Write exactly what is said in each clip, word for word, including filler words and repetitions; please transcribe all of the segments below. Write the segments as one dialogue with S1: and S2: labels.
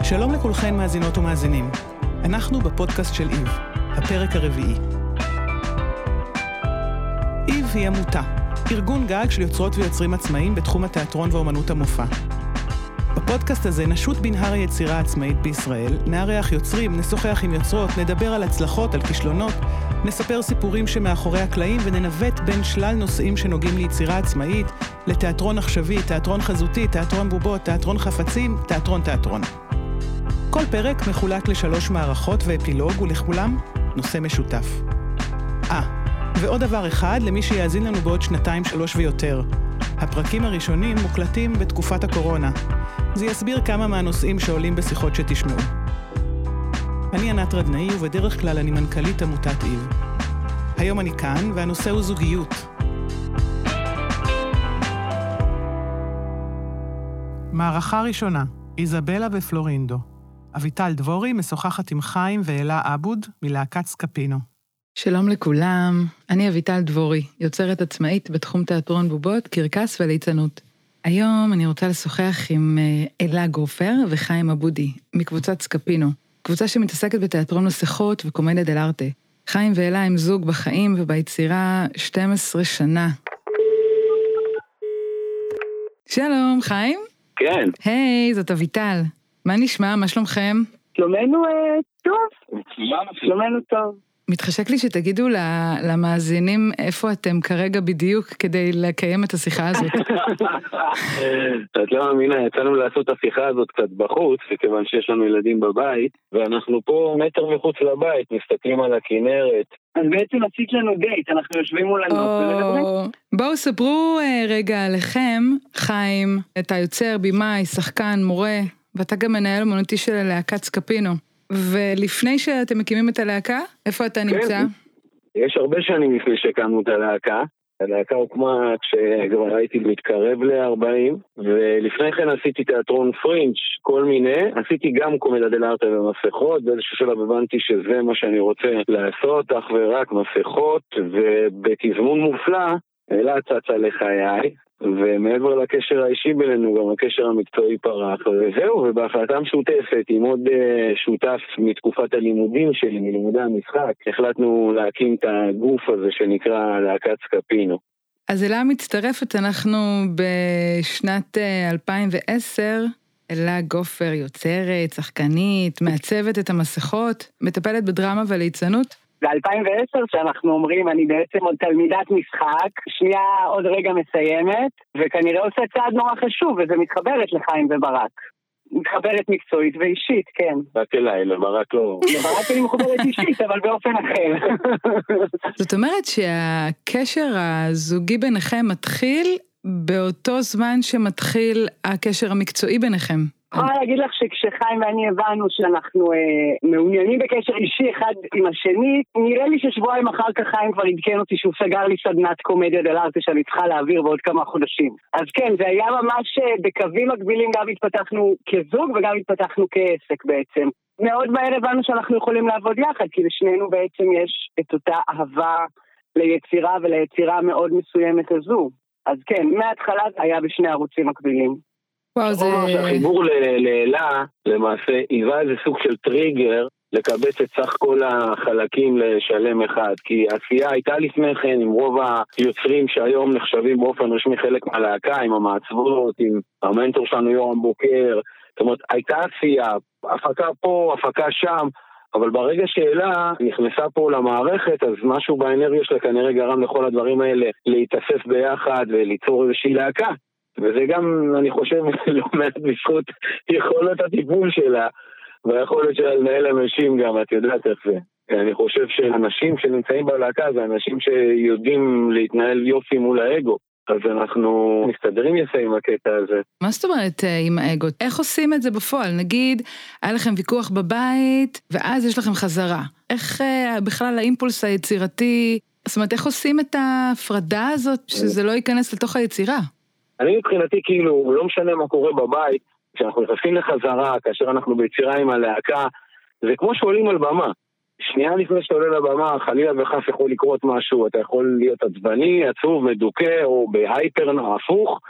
S1: שלום לכולכן מאזינות ומאזינים. אנחנו בפודקאסט של איב, הפרק הרביעי. איב היא עמותה, ארגון גג של יוצרות ויוצרים עצמאיים בתחום התיאטרון ואומנות המופע. בפודקאסט הזה נשות בנהר היצירה העצמאית בישראל, נארח יוצרים, נשוחח עם יוצרות, נדבר על הצלחות, על כישלונות, נספר סיפורים שמאחורי הקלעים וננווט בין שלל נושאים שנוגעים ליצירה עצמאית, לתיאטרון עכשווי, תיאטרון חזותי, תיאטרון בובות, תיאטרון חפצים, תיאטרון תיאטרון. כל פרק מחולק לשלוש מערכות ואפילוג ולכולם נושא משותף. אה, ועוד דבר אחד למי שיאזין לנו בעוד שנתיים, שלוש ויותר. הפרקים הראשונים מוקלטים בתקופת הקורונה. זה יסביר כמה מהנושאים שעולים בשיחות שתשמעו. אני ענת רדנאי ובדרך כלל אני מנכ"לית עמותת איב. היום אני כאן והנושא הוא זוגיות. מערכה ראשונה, איזבלה ופלורינדו. אביטל דבורי משוחחת עם חיים ואלה עבוד מלהקת סקפינו.
S2: שלום לכולם, אני אביטל דבורי, יוצרת עצמאית בתחום תיאטרון בובות, קרקס וליצנות. היום אני רוצה לשוחח עם אלה גופר וחיים עבודי, מקבוצת סקפינו, קבוצה שמתעסקת בתיאטרון מסכות וקומדיה דל ארטה. חיים ואלה הם זוג בחיים וביצירה שתים עשרה שנה. שלום, חיים?
S3: כן.
S2: היי, זאת אביטל. מה נשמע? מה שלומכם?
S4: שלומנו טוב. שלומנו טוב.
S2: מתחשק לי שתגידו למאזינים איפה אתם כרגע בדיוק כדי לקיים את השיחה הזאת.
S3: את לא מאמינה, יצאנו לעשות את השיחה הזאת קצת בחוץ, וכיוון שיש לנו ילדים בבית, ואנחנו פה מטר מחוץ לבית, מסתכלים על הכנרת.
S4: אז בעצם עשית לנו דייט, אנחנו יושבים מול הנוף.
S2: בואו ספרו רגע עליכם, חיים, אתה יוצר, בימאי, שחקן, מורה, ואתה גם מנהל אומנותי של להקת סקפינו. ולפני שאתם מקימים את הלהקה, איפה אתה נמצא?
S3: יש הרבה שנים לפני שהקמנו את הלהקה. הלהקה הוקמה כשכבר הייתי מתקרב ל-ארבעים, ולפני כן עשיתי תיאטרון פרינץ' כל מיני, עשיתי גם קומדיה דל ארטה ומסכות, באיזשהו שלב הבנתי שזה מה שאני רוצה לעשות, אך ורק מסכות, ובתזמון מופלא, אלה צצה לחיי, ומעבר לקשר האישי בינינו, גם הקשר המקצועי פרח, וזהו, ובהחלטה משותפת, עם עוד שותף מתקופת הלימודים שלי, מלימודי המשחק, החלטנו להקים את הגוף הזה שנקרא להקת סקפינו.
S2: אז אלה מצטרפת, אנחנו בשנת אלפיים ועשר, אלה גופר יוצרת, שחקנית, מעצבת את המסכות, מטפלת בדרמה וליצנות.
S4: ב-אלפיים ועשר שאנחנו אומרים, אני בעצם עוד תלמידת משחק, שנייה עוד רגע מסיימת, וכנראה עושה צעד נורא חשוב, וזה מתחברת לחיים וברק. מתחברת מקצועית ואישית, כן.
S3: רק אליי, לברק לא.
S4: לברק אני מחוברת אישית, אבל באופן אחר.
S2: זאת אומרת שהקשר הזוגי ביניכם מתחיל באותו זמן שמתחיל הקשר המקצועי ביניכם.
S4: אני יכולה להגיד לך שכשחיים ואני הבנו שאנחנו אה, מעוניינים בקשר אישי אחד עם השני, נראה לי ששבועיים אחר כך חיים כבר עדכן אותי שהוא סגר לי סדנת קומדיה דל ארטה שאני צריכה להעביר בעוד כמה חודשים. אז כן, זה היה ממש בקווים מקבילים, גם התפתחנו כזוג וגם התפתחנו כעסק בעצם. מאוד מהר הבנו שאנחנו יכולים לעבוד יחד, כי לשנינו בעצם יש את אותה אהבה ליצירה וליצירה מאוד מסוימת הזו. אז כן, מההתחלה זה היה בשני ערוצים מקבילים.
S2: וואו, זה...
S3: החיבור לאלה, למעשה, היווה איזה סוג של טריגר לקבץ את סך כל החלקים לשלם אחד, כי העשייה הייתה לפני כן עם רוב היוצרים שהיום נחשבים באופן רשמי חלק מהלהקה, עם המעצבות, עם המנטור שלנו יורם בוקר, זאת אומרת, הייתה עשייה, הפקה פה, הפקה שם, אבל ברגע שאלה נכנסה פה למערכת, אז משהו באנרגיה שלה כנראה גרם לכל הדברים האלה להתאסף ביחד וליצור איזושהי להקה. וזה גם, אני חושב, לא מעט בזכות יכולות הטיפול שלה, והיכולת שלה לנהל אנשים גם, את יודעת איך זה. אני חושב שאנשים שנמצאים בלהקה, זה אנשים שיודעים להתנהל יופי מול האגו. אז אנחנו מסתדרים יפה עם הקטע הזה.
S2: מה זאת אומרת עם האגו? איך עושים את זה בפועל? נגיד, היה לכם ויכוח בבית, ואז יש לכם חזרה. איך בכלל האימפולס היצירתי, זאת אומרת, איך עושים את ההפרדה הזאת, שזה לא ייכנס לתוך היצירה?
S3: אני מבחינתי כאילו, לא משנה מה קורה בבית, כשאנחנו נכנסים לחזרה, כאשר אנחנו ביצירה עם הלהקה, זה כמו שעולים על במה. שנייה לפני שאתה עולה לבמה, חלילה וחס יכול לקרות משהו, אתה יכול להיות עצבני, עצוב, מדוכא, או בהייפר הפוך,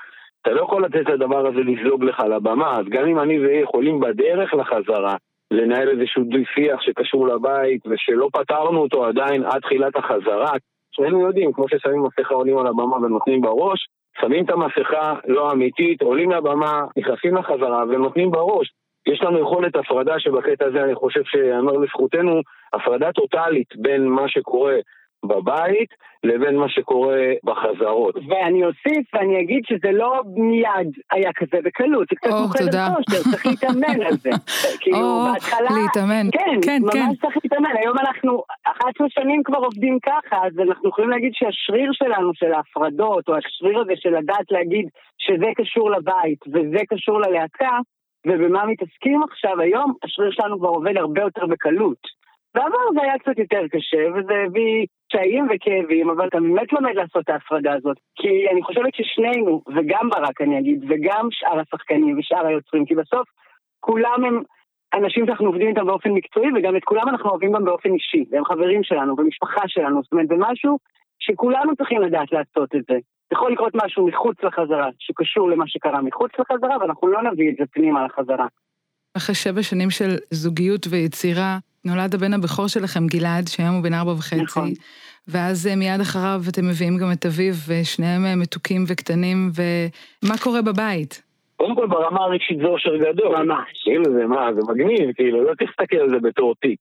S3: אתה לא יכול לתת את הדבר הזה לזלוג לך לבמה, אז גם אם אני והיא יכולים בדרך לחזרה, לנהל איזשהו דו-שיח שקשור לבית, ושלא פתרנו אותו עדיין עד תחילת החזרה, שנינו יודעים, כמו ששמים מסכה עולים על הבמה ונותנים בראש, שמים את המסכה לא אמיתית, עולים לבמה, נכנסים לחזרה ונותנים בראש. יש לנו יכולת הפרדה שבקטע הזה אני חושב שאמר לזכותנו, הפרדה טוטלית בין מה שקורה בבית לבין מה שקורה בחזרות.
S4: ואני אוסיף ואני אגיד שזה לא מיד היה כזה בקלות, זה קצת מוכרת כושר, צריך להתאמן על זה. כאילו בהתחלה,
S2: להתאמן.
S4: כן, ממש צריך להתאמן. היום אנחנו אחת עשרה שנים כבר עובדים ככה, אז אנחנו יכולים להגיד שהשריר שלנו של ההפרדות, או השריר הזה של לדעת להגיד שזה קשור לבית וזה קשור ללהקה, ובמה מתעסקים עכשיו היום, השריר שלנו כבר עובד הרבה יותר בקלות. בעבר זה היה קצת יותר קשה, וזה הביא קשיים וכאבים, אבל אתה באמת לומד לעשות את ההפרדה הזאת. כי אני חושבת ששנינו, וגם ברק אני אגיד, וגם שאר השחקנים ושאר היוצרים, כי בסוף כולם הם אנשים שאנחנו עובדים איתם באופן מקצועי, וגם את כולם אנחנו אוהבים גם באופן אישי, והם חברים שלנו, ומשפחה שלנו, זאת אומרת, זה משהו שכולנו צריכים לדעת לעשות את זה. יכול לקרות משהו מחוץ לחזרה, שקשור למה שקרה מחוץ לחזרה, ואנחנו לא נביא את זה פנימה לחזרה.
S2: אחרי שבע שנים של זוגיות ויצירה, נולד הבן הבכור שלכם, גלעד, שהיום הוא בן ארבע וחצי, נכון. ואז מיד אחריו אתם מביאים גם את אביו, ושניהם מתוקים וקטנים, ומה קורה בבית?
S3: קודם כל ברמה הרגשית זה אושר גדול. ממש. כאילו זה מה, זה מגניב, כאילו, לא תסתכל על זה בתור תיק.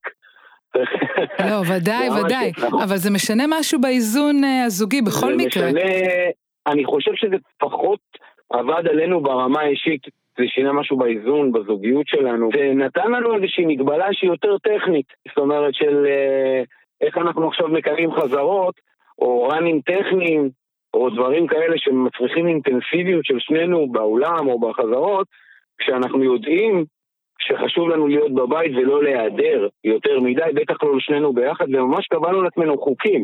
S2: לא, ודאי, ודאי, אבל זה משנה משהו באיזון הזוגי, בכל מקרה.
S3: זה משנה, אני חושב שזה פחות עבד עלינו ברמה האישית, זה שינה משהו באיזון, בזוגיות שלנו. זה נתן לנו איזושהי מגבלה שהיא יותר טכנית. זאת אומרת של איך אנחנו עכשיו מקיימים חזרות, או רנים טכניים, או דברים כאלה שמצריכים אינטנסיביות של שנינו באולם או בחזרות, כשאנחנו יודעים שחשוב לנו להיות בבית ולא להיעדר יותר מדי, בטח לא לשנינו ביחד, וממש קבלנו לעצמנו חוקים.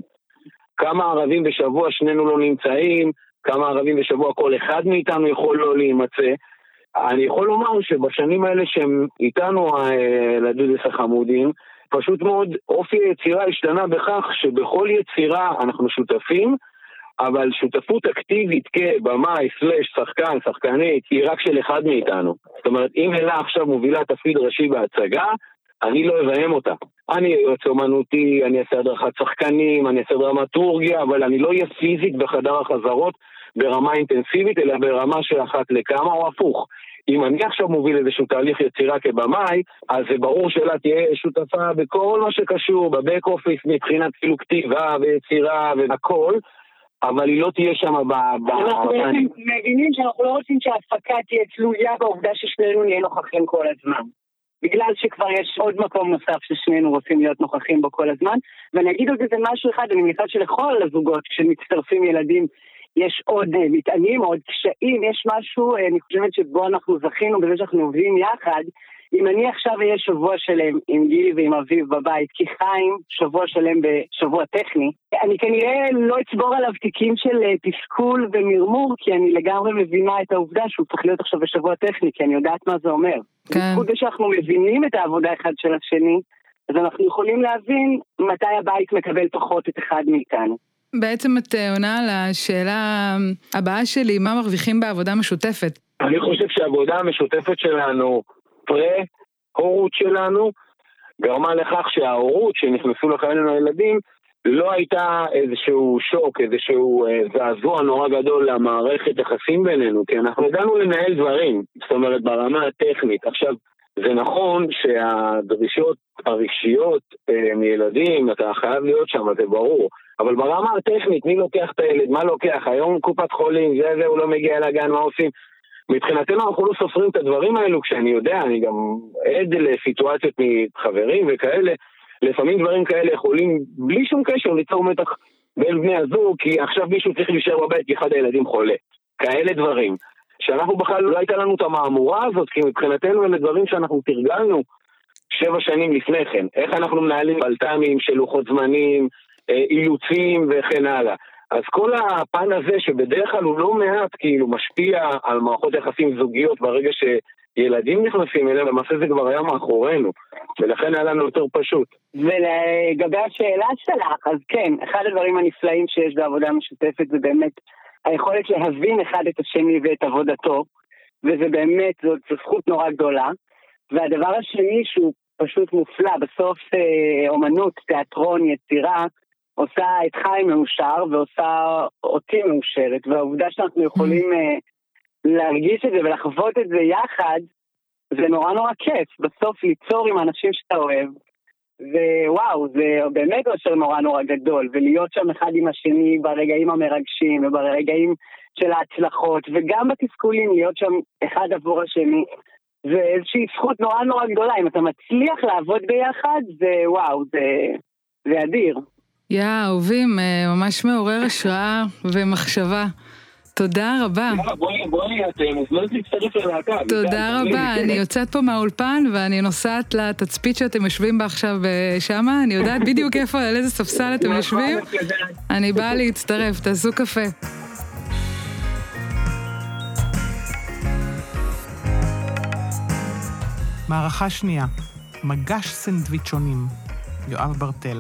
S3: כמה ערבים בשבוע שנינו לא נמצאים, כמה ערבים בשבוע כל אחד מאיתנו יכול לא להימצא. אני יכול לומר שבשנים האלה שהם איתנו לדודס החמודים, פשוט מאוד אופי היצירה השתנה בכך שבכל יצירה אנחנו שותפים, אבל שותפות אקטיבית כבמאי, סלש, שחקן, שחקנית, היא רק של אחד מאיתנו. זאת אומרת, אם אלה עכשיו מובילה תפקיד ראשי בהצגה, אני לא אבהם אותה. אני יועץ אומנותי, אני אעשה הדרכת שחקנים, אני אעשה דרמטורגיה, אבל אני לא אהיה פיזית בחדר החזרות ברמה אינטנסיבית, אלא ברמה של אחת לכמה או הפוך. אם אני עכשיו מוביל איזשהו תהליך יצירה כבמאי, אז זה ברור שלה תהיה שותפה בכל מה שקשור, בבק אופיס, מבחינת כאילו כתיבה ויצירה והכל, אבל היא לא תהיה שם ב...
S4: אנחנו מבינים שאנחנו לא רוצים שההפקה תהיה תלויה בעובדה ששנינו נהיה נוכחים כל הזמן. בגלל שכבר יש עוד מקום נוסף ששנינו רוצים להיות נוכחים בו כל הזמן, ואני אגיד עוד איזה משהו אחד, אני מניחה שלכל הזוגות כשמצטרפים ילדים יש עוד מתענים, עוד קשיים, יש משהו, אני חושבת שבו אנחנו זכינו בזה שאנחנו עובדים יחד. אם אני עכשיו אהיה שבוע שלם עם גילי ועם אביב בבית, כי חיים שבוע שלם בשבוע טכני, אני כנראה לא אצבור עליו תיקים של תסכול ומרמור, כי אני לגמרי מבינה את העובדה שהוא צריך להיות עכשיו בשבוע טכני, כי אני יודעת מה זה אומר.
S2: כן.
S4: בזכות זה שאנחנו מבינים את העבודה אחד של השני, אז אנחנו יכולים להבין מתי הבית מקבל פחות את אחד מאיתנו.
S2: בעצם את עונה על השאלה הבאה שלי, מה מרוויחים בעבודה משותפת?
S3: אני חושב שהעבודה המשותפת שלנו, פרה-הורות שלנו, גרמה לכך שההורות שנכנסו לחיינו הילדים, לא הייתה איזשהו שוק, איזשהו זעזוע נורא גדול למערכת יחסים בינינו, כי אנחנו ידענו לנהל דברים, זאת אומרת ברמה הטכנית. עכשיו, זה נכון שהדרישות הרגשיות מילדים, אתה חייב להיות שם, זה ברור, אבל ברמה הטכנית, מי לוקח את הילד, מה לוקח, היום קופת חולים, זה זה, הוא לא מגיע לגן, מה עושים? מבחינתנו אנחנו לא סופרים את הדברים האלו, כשאני יודע, אני גם עד לסיטואציות מחברים וכאלה, לפעמים דברים כאלה יכולים בלי שום קשר ליצור מתח בין בני הזוג, כי עכשיו מישהו צריך להישאר בבית כי אחד הילדים חולה. כאלה דברים. שאנחנו בכלל לא הייתה לנו את המאמורה הזאת, כי מבחינתנו אלה דברים שאנחנו תרגלנו שבע שנים לפני כן. איך אנחנו מנהלים בלת"מים של לוחות זמנים, אילוצים וכן הלאה. אז כל הפן הזה שבדרך כלל הוא לא מעט כאילו משפיע על מערכות יחסים זוגיות ברגע שילדים נכנסים אליהם, למעשה זה כבר היה מאחורינו, ולכן היה לנו יותר פשוט.
S4: ולגבי השאלה שלך, אז כן, אחד הדברים הנפלאים שיש בעבודה משותפת זה באמת היכולת להבין אחד את השני ואת עבודתו, וזה באמת, זו, זו זכות נורא גדולה. והדבר השני שהוא פשוט מופלא, בסוף אה, אומנות, תיאטרון, יצירה, עושה את חיים מאושר ועושה אותי מאושרת, והעובדה שאנחנו יכולים אה, להרגיש את זה ולחוות את זה יחד, זה נורא נורא כיף, בסוף ליצור עם אנשים שאתה אוהב, ווואו, זה באמת אושר נורא נורא גדול, ולהיות שם אחד עם השני ברגעים המרגשים וברגעים של ההצלחות, וגם בתסכולים להיות שם אחד עבור השני, זה איזושהי זכות נורא נורא גדולה, אם אתה מצליח לעבוד ביחד, זה וואו, זה, זה אדיר.
S2: יא, אהובים, ממש מעורר השראה ומחשבה. תודה רבה.
S3: בואי, בואי, את מוזמנת להצטרף ללהקה.
S2: תודה רבה, אני יוצאת פה מהאולפן ואני נוסעת לתצפית שאתם יושבים בה עכשיו שמה, אני יודעת בדיוק איפה, על איזה ספסל אתם יושבים, אני באה להצטרף, תעשו קפה.
S1: מערכה שנייה, מגש סנדוויצ'ונים, יואב ברטל.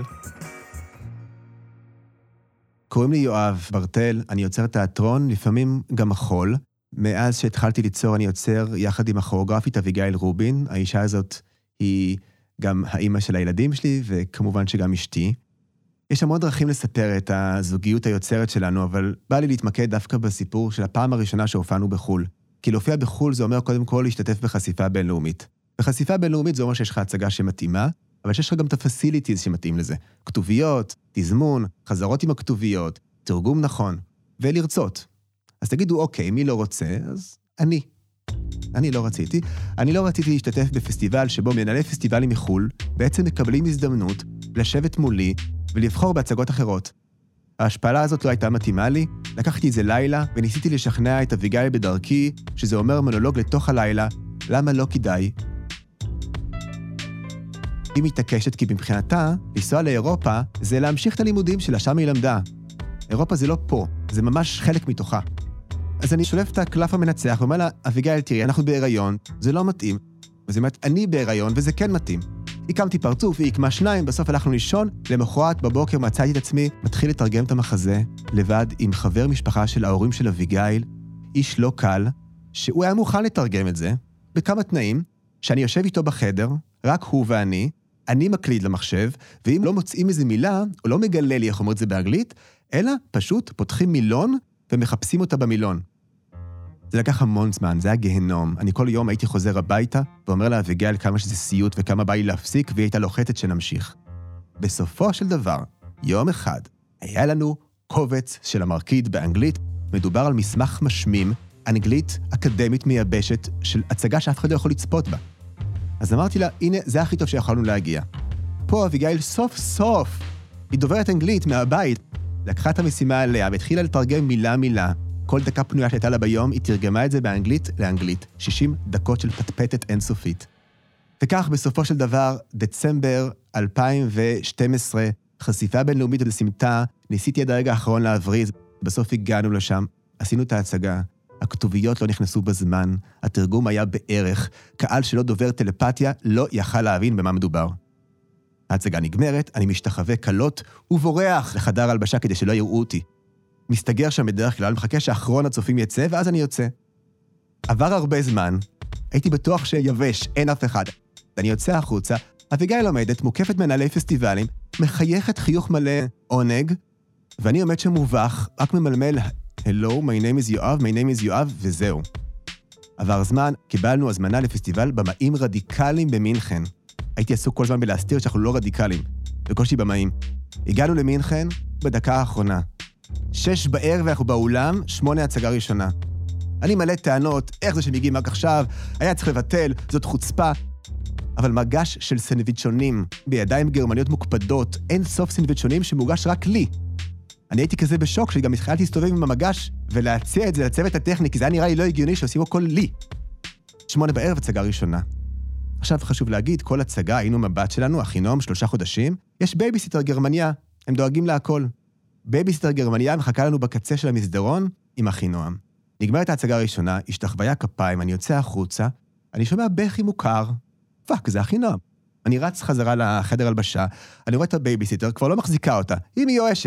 S5: קוראים לי יואב ברטל, אני יוצר תיאטרון, לפעמים גם מחול. מאז שהתחלתי ליצור אני יוצר יחד עם הכוריאוגרפית אביגיל רובין. האישה הזאת היא גם האימא של הילדים שלי, וכמובן שגם אשתי. יש המון דרכים לספר את הזוגיות היוצרת שלנו, אבל בא לי להתמקד דווקא בסיפור של הפעם הראשונה שהופענו בחול. כי להופיע בחול זה אומר קודם כל להשתתף בחשיפה בינלאומית. בחשיפה בינלאומית זה אומר שיש לך הצגה שמתאימה, אבל שיש לך גם את הפסיליטיז שמתאים לזה. כתוביות, תזמון, חזרות עם הכתוביות, תרגום נכון, ולרצות. אז תגידו, אוקיי, מי לא רוצה? אז אני. אני לא רציתי. אני לא רציתי להשתתף בפסטיבל שבו מנהלי פסטיבלים מחול בעצם מקבלים הזדמנות לשבת מולי ולבחור בהצגות אחרות. ההשפלה הזאת לא הייתה מתאימה לי, לקחתי את זה לילה וניסיתי לשכנע את אביגיל בדרכי, שזה אומר מונולוג לתוך הלילה, למה לא כדאי? היא מתעקשת כי מבחינתה, לנסוע לאירופה זה להמשיך את הלימודים שלה, שם היא למדה. אירופה זה לא פה, זה ממש חלק מתוכה. אז אני שולף את הקלף המנצח ואומר לה, אביגיל, תראי, אנחנו בהיריון, זה לא מתאים. אז היא אומרת, אני בהיריון וזה כן מתאים. הקמתי פרצוף, היא הקמה שניים, בסוף הלכנו לישון, למחרת בבוקר מצאתי את עצמי, מתחיל לתרגם את המחזה, לבד עם חבר משפחה של ההורים של אביגיל, איש לא קל, שהוא היה מוכן לתרגם את זה, בכמה תנאים, שאני יושב איתו בחדר, רק הוא ואני, אני מקליד למחשב, ואם לא מוצאים איזה מילה, הוא לא מגלה לי איך אומר את זה באנגלית, אלא פשוט פותחים מילון ומחפשים אותה במילון. זה לקח המון זמן, זה היה גהנום. אני כל יום הייתי חוזר הביתה, ואומר לה אביגיל כמה שזה סיוט וכמה בא לי להפסיק, והיא הייתה לוחצת שנמשיך. בסופו של דבר, יום אחד, היה לנו קובץ של המרקיד באנגלית, מדובר על מסמך משמים, אנגלית אקדמית מייבשת, של הצגה שאף אחד לא יכול לצפות בה. אז אמרתי לה, הנה, זה הכי טוב שיכולנו להגיע. פה אביגיל סוף סוף, היא דוברת אנגלית מהבית, לקחה את המשימה עליה והתחילה לתרגם מילה מילה. כל דקה פנויה שהייתה לה ביום, היא תרגמה את זה באנגלית לאנגלית. שישים דקות של פטפטת אינסופית. וכך בסופו של דבר, דצמבר אלפיים ושתים עשרה, חשיפה בינלאומית בסמטה, ניסיתי עד הרגע האחרון להבריז, בסוף הגענו לשם, עשינו את ההצגה. הכתוביות לא נכנסו בזמן, התרגום היה בערך, קהל שלא דובר טלפתיה לא יכל להבין במה מדובר. ההצגה נגמרת, אני משתחווה קלות ובורח לחדר הלבשה כדי שלא יראו אותי. מסתגר שם בדרך כלל, מחכה שאחרון הצופים יצא, ואז אני יוצא. עבר הרבה זמן, הייתי בטוח שיבש, אין אף אחד. אני יוצא החוצה, אביגיל עומדת, מוקפת מנהלי פסטיבלים, מחייכת חיוך מלא עונג, ואני עומד שם מובך, רק ממלמל, Hello, my name is יואב, my name is יואב, וזהו. עבר זמן, קיבלנו הזמנה לפסטיבל במאים רדיקליים במינכן. הייתי עסוק כל זמן בלהסתיר שאנחנו לא רדיקליים, בקושי במאים. הגענו למינכן בדקה האחרונה. שש בערב ואנחנו באולם, שמונה הצגה ראשונה. אני מלא טענות, איך זה שמגיעים רק עכשיו, היה צריך לבטל, זאת חוצפה. אבל מגש של סנדוויצ'ונים, בידיים גרמניות מוקפדות, אין סוף סנדוויצ'ונים שמוגש רק לי. אני הייתי כזה בשוק שגם התחלתי להסתובב עם המגש ולהציע את זה לצוות הטכני, כי זה היה נראה לי לא הגיוני שעושים הכל לי. שמונה בערב הצגה ראשונה. עכשיו חשוב להגיד, כל הצגה היינו מבט שלנו, אחינום, שלושה חודשים, יש בייביסיטר גרמניה, הם דואגים להכל. בייביסיטר גרמניה מחכה לנו בקצה של המסדרון עם אחינום. נגמרת ההצגה הראשונה, השתחוויה כפיים, אני יוצא החוצה, אני שומע בכי מוכר, פאק, זה אחינום. אני רץ חזרה לחדר הלבשה, אני רואה את הבייביסיטר, כבר לא מחזיקה אותה, היא מיואשת.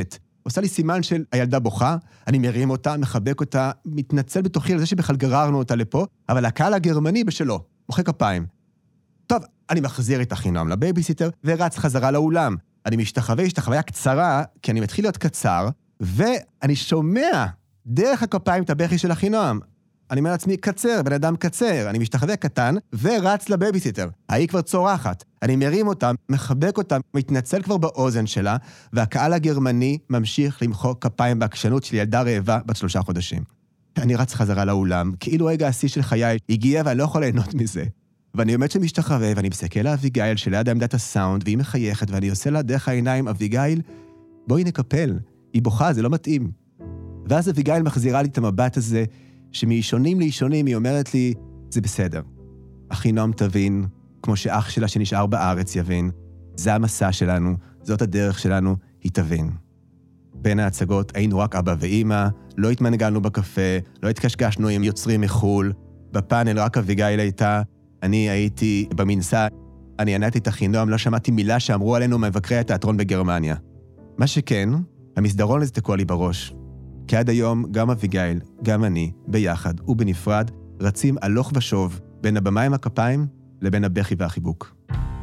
S5: עושה לי סימן של הילדה בוכה, אני מרים אותה, מחבק אותה, מתנצל בתוכי על זה שבכלל גררנו אותה לפה, אבל הקהל הגרמני בשלו, מוחא כפיים. טוב, אני מחזיר את החינם לבייביסיטר, ורץ חזרה לאולם. אני משתחווה, יש את החוויה קצרה, כי אני מתחיל להיות קצר, ואני שומע דרך הכפיים את הבכי של החינם. אני אומר לעצמי, קצר, בן אדם קצר, אני משתחווה קטן, ורץ לבייביסיטר. ההיא כבר צורחת. אני מרים אותה, מחבק אותה, מתנצל כבר באוזן שלה, והקהל הגרמני ממשיך למחוא כפיים בעקשנות של ילדה רעבה בת שלושה חודשים. אני רץ חזרה לאולם, כאילו רגע השיא של חיי הגיע ואני לא יכול ליהנות מזה. ואני עומד שמשתחווה, ואני מסתכל לאביגיל שליד עמדת הסאונד, והיא מחייכת, ואני עושה לה דרך העיניים, אביגיל, בואי נקפל. היא בוכה, זה לא מתאים. ואז אביגיל מחזירה לי את המבט הזה, שמאישונים לאישונים היא אומרת לי, זה בסדר. אחינום תבין, כמו שאח שלה שנשאר בארץ יבין, זה המסע שלנו, זאת הדרך שלנו, היא תבין. בין ההצגות היינו רק אבא ואמא, לא התמנגלנו בקפה, לא התקשקשנו עם יוצרים מחול, בפאנל רק אביגיל הייתה, אני הייתי במנסה, אני עניתי את אחינום, לא שמעתי מילה שאמרו עלינו מבקרי התיאטרון בגרמניה. מה שכן, המסדרון הזה תקוע לי בראש. כי עד היום גם אביגיל, גם אני, ביחד ובנפרד, רצים הלוך ושוב בין הבמה עם הכפיים לבין הבכי והחיבוק.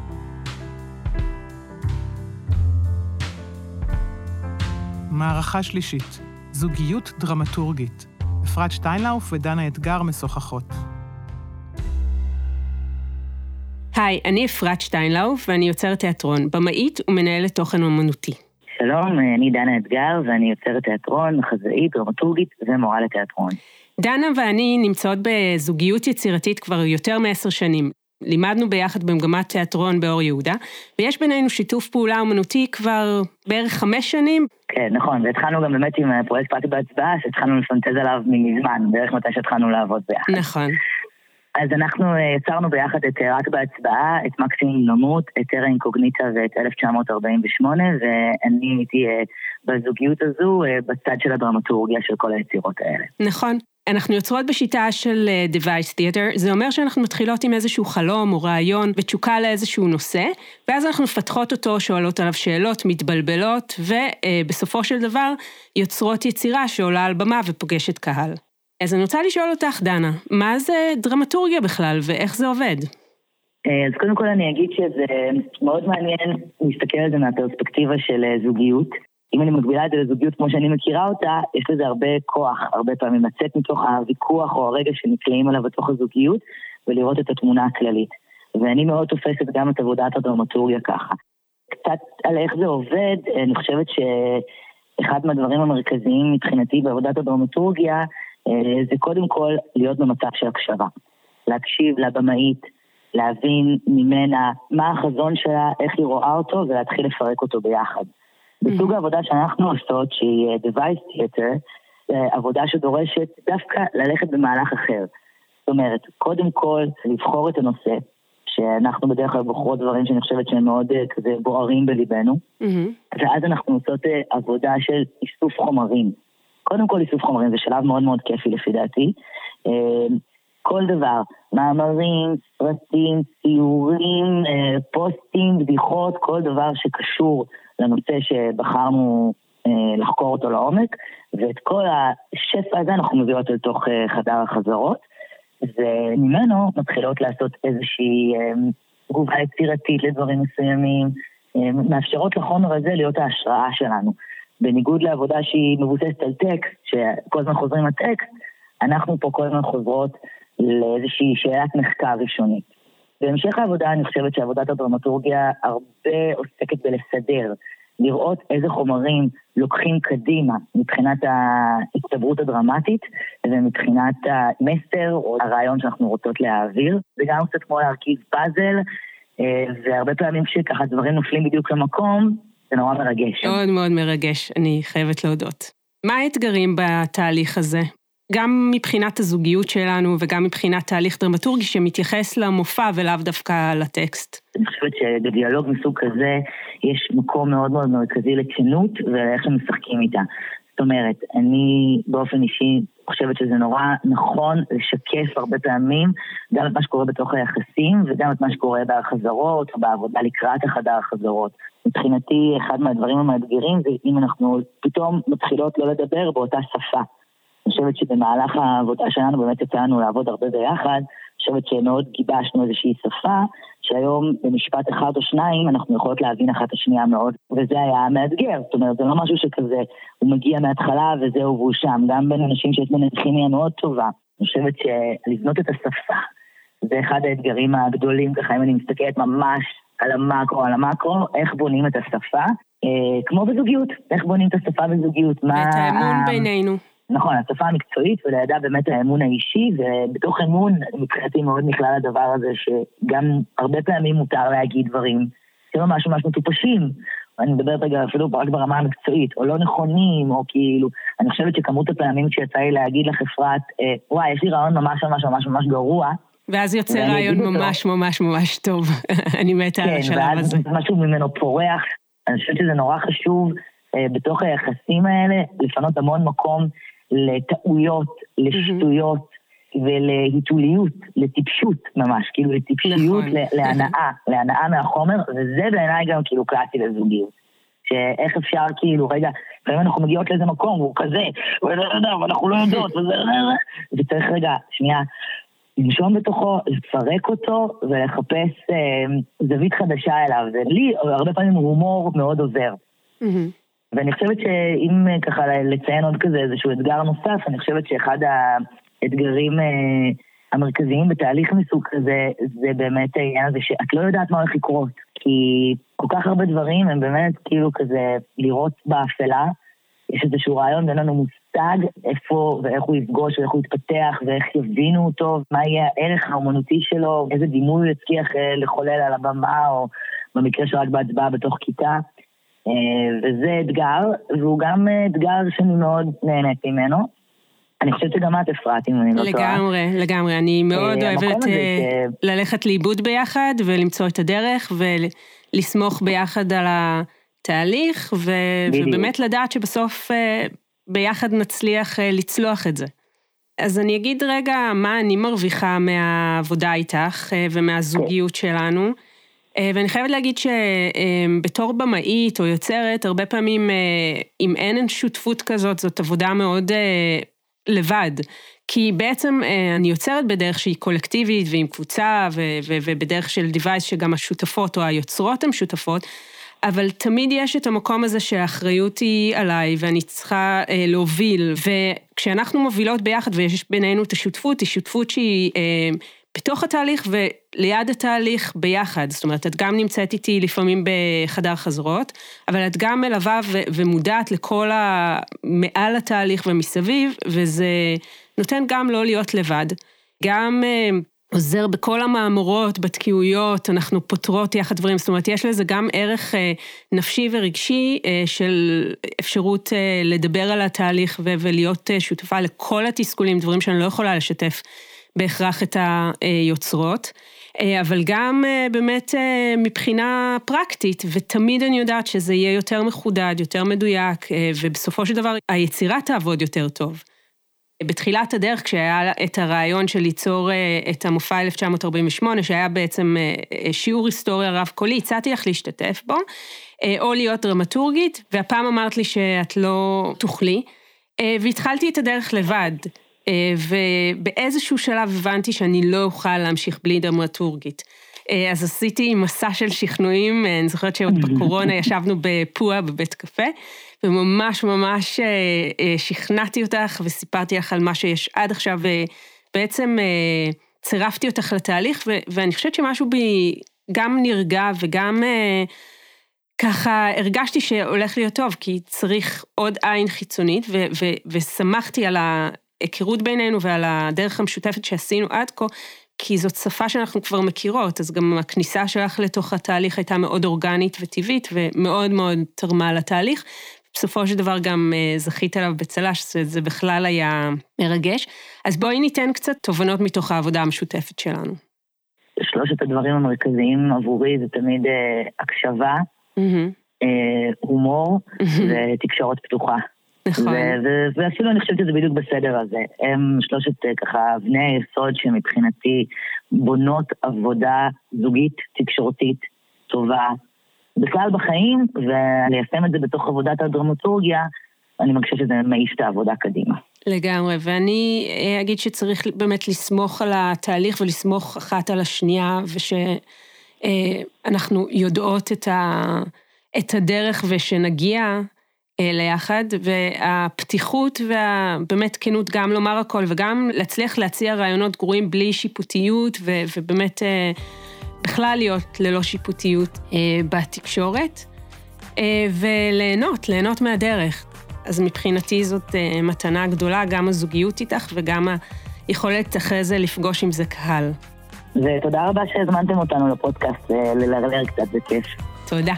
S1: מערכה שלישית, זוגיות דרמטורגית. אפרת שטיינלאוף ודנה אתגר משוחחות.
S6: היי, אני אפרת שטיינלאוף ואני יוצרת תיאטרון, במאית ומנהלת תוכן אומנותי.
S7: שלום, אני דנה אתגר ואני יוצרת תיאטרון, מחזאית, דרמטורגית ומורה לתיאטרון.
S6: דנה ואני נמצאות בזוגיות יצירתית כבר יותר מעשר שנים. לימדנו ביחד במגמת תיאטרון באור יהודה, ויש בינינו שיתוף פעולה אומנותי כבר בערך חמש שנים.
S7: כן, נכון, והתחלנו גם באמת עם פרויקט פרטי בהצבעה, שהתחלנו לפנטז עליו מזמן, בערך מתי שהתחלנו לעבוד ביחד.
S6: נכון.
S7: אז אנחנו יצרנו ביחד את רק בהצבעה, את מקסימום נמות, את טרה אינקוגניטה ואת אלף תשע מאות ארבעים ושמונה, ואני הייתי בזוגיות הזו בצד של הדרמטורגיה של כל היצירות האלה.
S6: נכון. אנחנו יוצרות בשיטה של device theater, זה אומר שאנחנו מתחילות עם איזשהו חלום או רעיון ותשוקה לאיזשהו נושא, ואז אנחנו מפתחות אותו, שואלות עליו שאלות, מתבלבלות, ובסופו של דבר יוצרות יצירה שעולה על במה ופוגשת קהל. אז אני רוצה לשאול אותך, דנה, מה זה דרמטורגיה בכלל ואיך זה עובד?
S7: אז קודם כל אני אגיד שזה מאוד מעניין להסתכל על זה מהפרספקטיבה של זוגיות. אם אני מגבילה את זה לזוגיות כמו שאני מכירה אותה, יש לזה הרבה כוח, הרבה פעמים לצאת מתוך הוויכוח או הרגע שנקלעים עליו בתוך הזוגיות, ולראות את התמונה הכללית. ואני מאוד תופסת גם את עבודת הדרמטורגיה ככה. קצת על איך זה עובד, אני חושבת שאחד מהדברים המרכזיים מבחינתי בעבודת הדרמטורגיה, זה קודם כל להיות במצב של הקשבה. להקשיב לבמאית, להבין ממנה מה החזון שלה, איך היא רואה אותו, ולהתחיל לפרק אותו ביחד. בסוג העבודה שאנחנו עושות, שהיא device theater, עבודה שדורשת דווקא ללכת במהלך אחר. זאת אומרת, קודם כל לבחור את הנושא, שאנחנו בדרך כלל בוחרות דברים שאני חושבת שהם מאוד כזה בוערים בליבנו, ואז אנחנו עושות עבודה של איסוף חומרים. קודם כל איסוף חומרים זה שלב מאוד מאוד כיפי לפי דעתי. כל דבר, מאמרים, סרטים, ציורים, פוסטים, בדיחות, כל דבר שקשור לנושא שבחרנו לחקור אותו לעומק, ואת כל השפע הזה אנחנו מביאות אל תוך חדר החזרות, וממנו מתחילות לעשות איזושהי תגובה יצירתית לדברים מסוימים, מאפשרות לחומר הזה להיות ההשראה שלנו. בניגוד לעבודה שהיא מבוססת על טקסט, שכל הזמן חוזרים לטקסט, אנחנו פה כל הזמן חוזרות לאיזושהי שאלת מחקר ראשונית. בהמשך העבודה אני חושבת שעבודת הדרמטורגיה הרבה עוסקת בלסדר, לראות איזה חומרים לוקחים קדימה מבחינת ההצטברות הדרמטית ומבחינת המסר או הרעיון שאנחנו רוצות להעביר. זה גם קצת כמו להרכיב פאזל, והרבה פעמים שככה דברים נופלים בדיוק למקום, זה נורא מרגש.
S6: מאוד מאוד מרגש, אני חייבת להודות. מה האתגרים בתהליך הזה? גם מבחינת הזוגיות שלנו וגם מבחינת תהליך דרמטורגי שמתייחס למופע ולאו דווקא לטקסט.
S7: אני חושבת שבדיאלוג מסוג כזה יש מקום מאוד מאוד מרכזי לכנות ואיך הם משחקים איתה. זאת אומרת, אני באופן אישי חושבת שזה נורא נכון לשקף הרבה פעמים גם את מה שקורה בתוך היחסים וגם את מה שקורה בחזרות או בעבודה לקראת החדר החזרות. מבחינתי אחד מהדברים המאתגרים זה אם אנחנו פתאום מתחילות לא לדבר באותה שפה. אני חושבת שבמהלך העבודה שלנו באמת יצאנו לעבוד הרבה ביחד, אני חושבת שמאוד גיבשנו איזושהי שפה, שהיום במשפט אחד או שניים אנחנו יכולות להבין אחת השנייה מאוד, וזה היה מאתגר, זאת אומרת, זה לא משהו שכזה, הוא מגיע מההתחלה וזהו והוא שם, גם בין אנשים שיש בין כימיה מאוד טובה. אני חושבת שלבנות את השפה, זה אחד האתגרים הגדולים, ככה אם אני מסתכלת ממש על המקרו, על המקרו, איך בונים את השפה, אה, כמו בזוגיות, איך בונים את השפה בזוגיות,
S6: ואת מה... האמון בינינו.
S7: נכון, השפה המקצועית ולידע באמת האמון האישי, ובתוך אמון מבחינתי מאוד נכלל הדבר הזה שגם הרבה פעמים מותר להגיד דברים, זה לא משהו משהו מטופשים, אני מדברת רגע אפילו רק ברמה המקצועית, או לא נכונים, או כאילו, אני חושבת שכמות הפעמים שיצא לי להגיד לך אפרת, אה, וואי, יש לי רעיון ממש ממש ממש ממש גרוע,
S6: ואז יוצא רעיון ממש ממש ממש טוב, אני מתה על השלב הזה.
S7: כן, ואז משהו ממנו פורח, אני חושבת שזה נורא חשוב, אה, בתוך היחסים האלה, לפנות המון מקום, לטעויות, לשטויות ולהיתוליות, לטיפשות ממש, כאילו לטיפשיות, להנאה, להנאה מהחומר, וזה בעיניי גם כאילו קלאסי לזוגיות. שאיך אפשר כאילו, רגע, ואם אנחנו מגיעות לאיזה מקום, הוא כזה, ואנחנו לא יודעות, וצריך רגע, שנייה, לנשום בתוכו, לפרק אותו ולחפש זווית חדשה אליו. ולי הרבה פעמים הומור מאוד עוזר. ואני חושבת שאם ככה לציין עוד כזה איזשהו אתגר נוסף, אני חושבת שאחד האתגרים המרכזיים בתהליך מסוג כזה, זה באמת העניין הזה שאת לא יודעת מה הולך לקרות, כי כל כך הרבה דברים הם באמת כאילו כזה לראות באפלה, יש איזשהו רעיון, אין לנו מושג איפה ואיך הוא יפגוש ואיך הוא יתפתח ואיך יבינו אותו, מה יהיה הערך האומנותי שלו, איזה דימוי הוא יצליח לחולל על הבמה או במקרה שרק בהצבעה בתוך כיתה. וזה אתגר, והוא גם אתגר שאני מאוד נהנית ממנו. אני חושבת שגם את אפרת, אם אני לא טועה.
S6: לגמרי, לגמרי. אני מאוד אוהבת ללכת לאיבוד ביחד ולמצוא את הדרך ולסמוך ביחד על התהליך, ובאמת לדעת שבסוף ביחד נצליח לצלוח את זה. אז אני אגיד רגע מה אני מרוויחה מהעבודה איתך ומהזוגיות שלנו. ואני חייבת להגיד שבתור במאית או יוצרת, הרבה פעמים אם אין שותפות כזאת, זאת עבודה מאוד לבד. כי בעצם אני יוצרת בדרך שהיא קולקטיבית ועם קבוצה, ובדרך של דיווייס שגם השותפות או היוצרות הן שותפות, אבל תמיד יש את המקום הזה שהאחריות היא עליי, ואני צריכה להוביל, וכשאנחנו מובילות ביחד ויש בינינו את השותפות, היא שותפות שהיא בתוך התהליך וליד התהליך ביחד, זאת אומרת, את גם נמצאת איתי לפעמים בחדר חזרות, אבל את גם מלווה ו- ומודעת לכל המעל התהליך ומסביב, וזה נותן גם לא להיות לבד, גם עוזר בכל המאמרות, בתקיעויות, אנחנו פותרות יחד דברים, זאת אומרת, יש לזה גם ערך נפשי ורגשי של אפשרות לדבר על התהליך ולהיות שותפה לכל התסכולים, דברים שאני לא יכולה לשתף בהכרח את היוצרות, אבל גם באמת מבחינה פרקטית, ותמיד אני יודעת שזה יהיה יותר מחודד, יותר מדויק, ובסופו של דבר היצירה תעבוד יותר טוב. בתחילת הדרך, כשהיה את הרעיון של ליצור את המופע אלף תשע מאות ארבעים ושמונה, שהיה בעצם שיעור היסטוריה רב קולי, הצעתי לך להשתתף בו, או להיות דרמטורגית, והפעם אמרת לי שאת לא תוכלי, והתחלתי את הדרך לבד, ובאיזשהו שלב הבנתי שאני לא אוכל להמשיך בלי דרמטורגית. אז עשיתי מסע של שכנועים, אני זוכרת שעוד בקורונה ישבנו בפוע בבית קפה, וממש ממש שכנעתי אותך וסיפרתי לך על מה שיש עד עכשיו, ובעצם צירפתי אותך לתהליך, ואני חושבת שמשהו בי גם נרגע וגם ככה הרגשתי שהולך להיות טוב, כי צריך עוד עין חיצונית, ושמחתי על ההיכרות בינינו ועל הדרך המשותפת שעשינו עד כה, כי זאת שפה שאנחנו כבר מכירות, אז גם הכניסה שלך לתוך התהליך הייתה מאוד אורגנית וטבעית, ומאוד מאוד תרמה לתהליך. בסופו של דבר גם זכית עליו בצלש, שזה בכלל היה מרגש. אז בואי ניתן קצת תובנות מתוך העבודה המשותפת שלנו.
S7: שלושת הדברים המרכזיים עבורי זה תמיד הקשבה, הומור ותקשורת פתוחה.
S6: נכון.
S7: ואפילו אני חושבת שזה בדיוק בסדר הזה. הם שלושת ככה אבני היסוד שמבחינתי בונות עבודה זוגית, תקשורתית, טובה, בכלל בחיים, וליישם את זה בתוך עבודת הדרמטורגיה, אני מרגישה שזה מעיף את העבודה קדימה.
S6: לגמרי, ואני אגיד שצריך באמת לסמוך על התהליך ולסמוך אחת על השנייה, ושאנחנו יודעות את, ה, את הדרך ושנגיע ליחד, והפתיחות והבאמת כנות גם לומר הכל, וגם להצליח להציע רעיונות גרועים בלי שיפוטיות, ובאמת בכלל להיות ללא שיפוטיות בתקשורת, וליהנות, ליהנות מהדרך. אז מבחינתי זאת מתנה גדולה, גם הזוגיות איתך וגם היכולת אחרי זה לפגוש עם זה קהל.
S7: ותודה רבה שהזמנתם אותנו לפודקאסט, ללרלר קצת, זה כיף.
S6: תודה.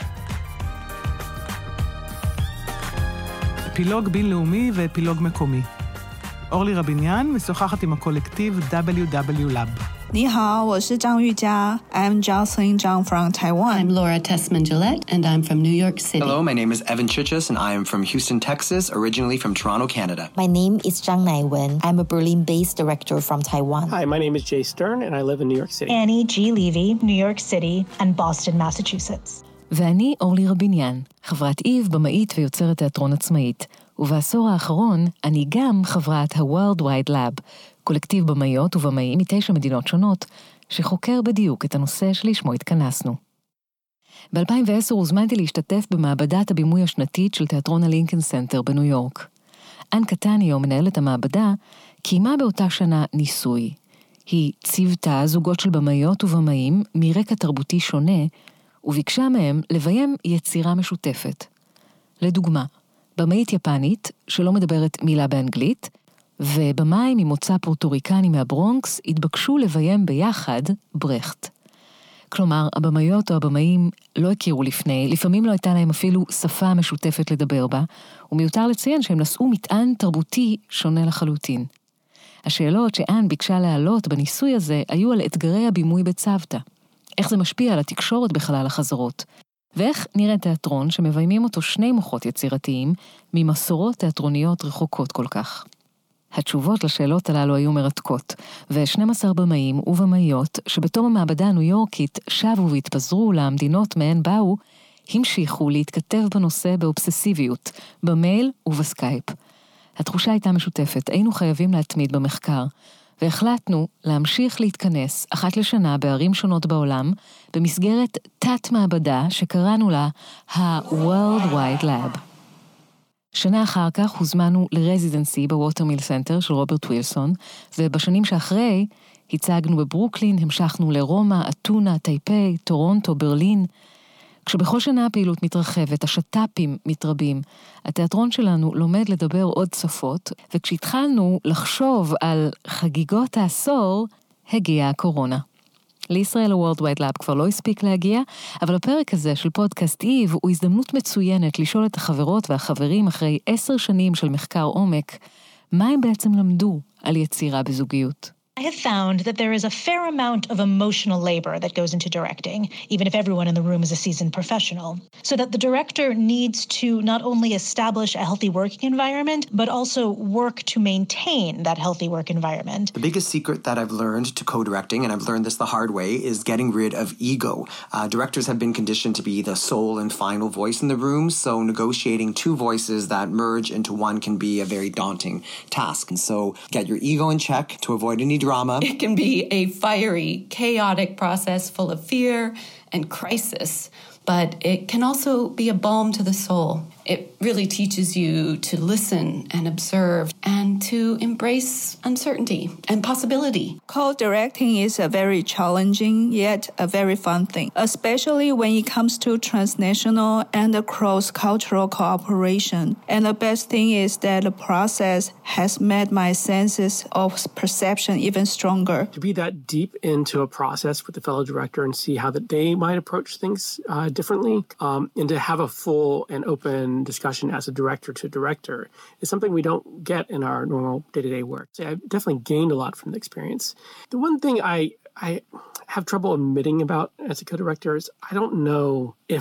S1: אפילוג בינלאומי ואפילוג מקומי. אורלי רביניאן משוחחת עם הקולקטיב דאבליו דאבליו Lab.
S8: 你好，我是张玉佳 I'm Jocelyn Zhang from Taiwan.
S9: I'm Laura Tessman-Gillette, and I'm from New York City.
S10: Hello, my name is Evan Chichas, and I am from Houston, Texas, originally from Toronto, Canada.
S11: My name is Zhang Naiwen. I'm a Berlin-based director from Taiwan.
S12: Hi, my name is Jay Stern, and I live in New York City.
S13: Annie G. Levy, New York City, and Boston, Massachusetts.
S2: ואני אורלי רביניאן, חברת איב, במאית ויוצרת תיאטרון עצמאית. ובעשור האחרון אני גם חברת ה-World Wide Lab, קולקטיב במאיות ובמאים מתשע מדינות שונות, שחוקר בדיוק את הנושא שלשמו התכנסנו. ב-אלפיים ועשר הוזמנתי להשתתף במעבדת הבימוי השנתית של תיאטרון הלינקן סנטר בניו יורק. אן קטניו, מנהלת המעבדה, קיימה באותה שנה ניסוי. היא ציוותה זוגות של במאיות ובמאים מרקע תרבותי שונה, וביקשה מהם לביים יצירה משותפת. לדוגמה, במאית יפנית, שלא מדברת מילה באנגלית, ובמאים ממוצא פורטוריקני מהברונקס התבקשו לביים ביחד ברכט. כלומר, הבמאיות או הבמאים לא הכירו לפני, לפעמים לא הייתה להם אפילו שפה משותפת לדבר בה, ומיותר לציין שהם נשאו מטען תרבותי שונה לחלוטין. השאלות שאן ביקשה להעלות בניסוי הזה היו על אתגרי הבימוי בצוותא. איך זה משפיע על התקשורת בחלל החזרות, ואיך נראה תיאטרון שמביימים אותו שני מוחות יצירתיים ממסורות תיאטרוניות רחוקות כל כך. התשובות לשאלות הללו היו מרתקות, ו-שנים עשר במאים ובמאיות שבתום המעבדה הניו יורקית שבו והתפזרו למדינות מהן באו, המשיכו להתכתב בנושא באובססיביות, במייל ובסקייפ. התחושה הייתה משותפת, היינו חייבים להתמיד במחקר, והחלטנו להמשיך להתכנס אחת לשנה בערים שונות בעולם, במסגרת תת מעבדה שקראנו לה ה-World Wide Lab. שנה אחר כך הוזמנו לרזידנסי בווטרמיל סנטר של רוברט ווילסון, ובשנים שאחרי הצגנו בברוקלין, המשכנו לרומא, אתונה, טייפי, טורונטו, ברלין. כשבכל שנה הפעילות מתרחבת, השטאפים מתרבים, התיאטרון שלנו לומד לדבר עוד שפות, וכשהתחלנו לחשוב על חגיגות העשור, הגיעה הקורונה. לישראל ה-World Wide Lab כבר לא הספיק להגיע, אבל הפרק הזה של פודקאסט איב הוא הזדמנות מצוינת לשאול את החברות והחברים אחרי עשר שנים של מחקר עומק, מה הם בעצם למדו על יצירה בזוגיות.
S13: I have found that there is a fair amount of emotional labor that goes into directing, even if everyone in the room is a seasoned professional, so that the director needs to not only establish a healthy working environment, but also work to maintain that healthy work environment.
S10: The biggest secret that I've learned to co-directing, and I've learned this the hard way, is getting rid of ego. Uh, directors have been conditioned to be the sole and final voice in the room, so negotiating two voices that merge into one can be a very daunting task. And so get your ego in check to avoid any drama.
S9: It can be a fiery, chaotic process full of fear and crisis, but it can also be a balm to the soul. It really teaches you to listen and observe and to embrace uncertainty and possibility.
S8: Co-directing is a very challenging yet a very fun thing, especially when it comes to transnational and cross-cultural cooperation. And the best thing is that the process has made my senses of perception even stronger.
S12: To be that deep into a process with the fellow director and see how that they might approach things uh, differently, um, and to have a full and open discussion as a director to director is something we don't get in our normal day-to-day work. So I've definitely gained a lot from the experience. The one thing I, I have trouble admitting about as a co-director is I don't know if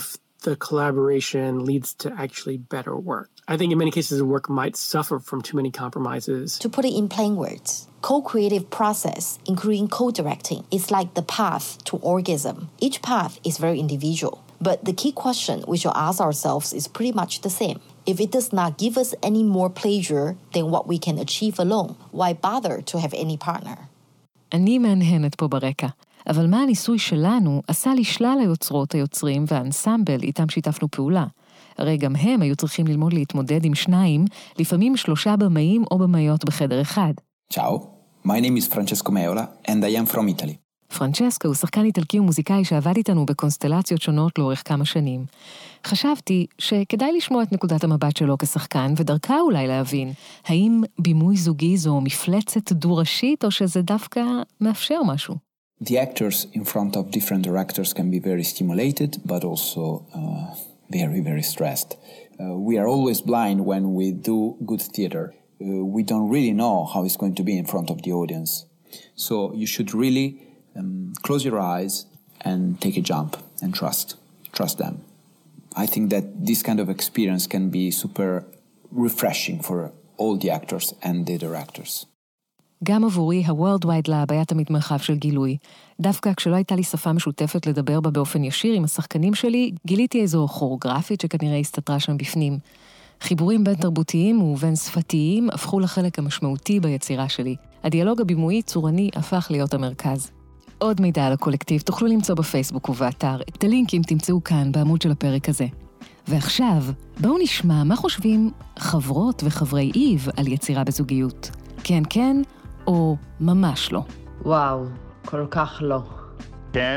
S12: the collaboration leads to actually better work. I think in many cases the work might suffer from too many compromises.
S11: To put it in plain words, co-creative process, including co-directing, is like the path to orgasm. Each path is very individual, but the key question we should ask ourselves is pretty much the same. If it does not give us any more pleasure than what we can achieve alone, why bother to have any partner?
S14: אני מהנהנת פה ברקע, אבל מה הניסוי שלנו עשה לי שלל היוצרות היוצרים והאנסמבל איתם שיתפנו פעולה. הרי גם הם היו צריכים ללמוד להתמודד עם שניים, לפעמים שלושה במאים או במאיות בחדר אחד.
S15: Ciao, my name is Francesco Meola and I am from Italy.
S14: פרנצ'סקו הוא שחקן איטלקי ומוזיקאי שעבד איתנו בקונסטלציות שונות לאורך כמה שנים. חשבתי שכדאי לשמוע את נקודת המבט שלו כשחקן, ודרכה אולי להבין, האם בימוי זוגי זו מפלצת דו-ראשית, או שזה דווקא מאפשר משהו?
S15: The actors in front of different directors can be very stimulated, but also uh, very, very stressed. Uh, we are always blind when we do good theater. Uh, we don't really know how it's going to be in front of the audience. So you should really um, close your eyes and take a jump and trust. Trust them. I think that this kind of experience can be super refreshing for all the actors and the directors.
S14: גם עבורי, ה-World Wide Lab היה תמיד מרחב של גילוי. דווקא כשלא הייתה לי שפה משותפת לדבר בה באופן ישיר עם השחקנים שלי, גיליתי איזו כוריאוגרפית שכנראה הסתתרה שם בפנים. חיבורים בין תרבותיים ובין שפתיים הפכו לחלק המשמעותי ביצירה שלי. הדיאלוג הבימוי צורני הפך להיות המרכז. עוד מידע על הקולקטיב תוכלו למצוא בפייסבוק ובאתר. את הלינקים תמצאו כאן בעמוד של הפרק הזה. ועכשיו, בואו נשמע מה חושבים חברות וחברי איב על יצירה בזוגיות. כן, כן, או ממש לא.
S16: וואו, כל כך לא.
S17: כן,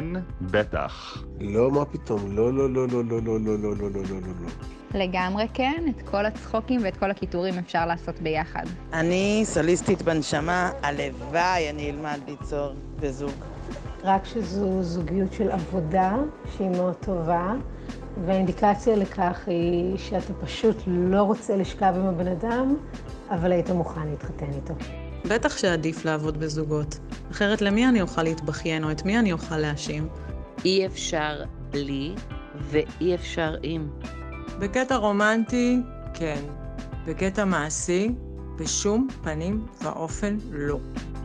S17: בטח.
S18: לא, מה פתאום? לא, לא, לא, לא, לא, לא, לא, לא, לא, לא, לא, לא.
S19: לגמרי כן, את כל הצחוקים ואת כל הכיתורים אפשר לעשות ביחד.
S20: אני סוליסטית בנשמה, הלוואי אני אלמד ליצור בזוג.
S21: רק שזו זוגיות של עבודה שהיא מאוד טובה, והאינדיקציה לכך היא שאתה פשוט לא רוצה לשכב עם הבן אדם, אבל היית מוכן להתחתן איתו.
S22: בטח שעדיף לעבוד בזוגות, אחרת למי אני אוכל להתבכיין או את מי אני אוכל להאשים?
S16: אי אפשר בלי ואי אפשר עם.
S23: בקטע רומנטי, כן. בקטע מעשי, בשום פנים ואופן לא.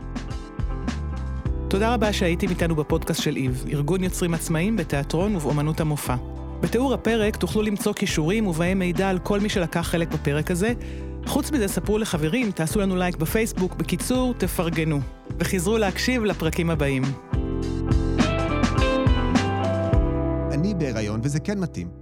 S1: תודה רבה שהייתם איתנו בפודקאסט של איב, ארגון יוצרים עצמאיים בתיאטרון ובאמנות המופע. בתיאור הפרק תוכלו למצוא קישורים ובהם מידע על כל מי שלקח חלק בפרק הזה. חוץ מזה ספרו לחברים, תעשו לנו לייק בפייסבוק, בקיצור, תפרגנו. וחזרו להקשיב לפרקים הבאים.
S5: אני בהיריון וזה כן מתאים.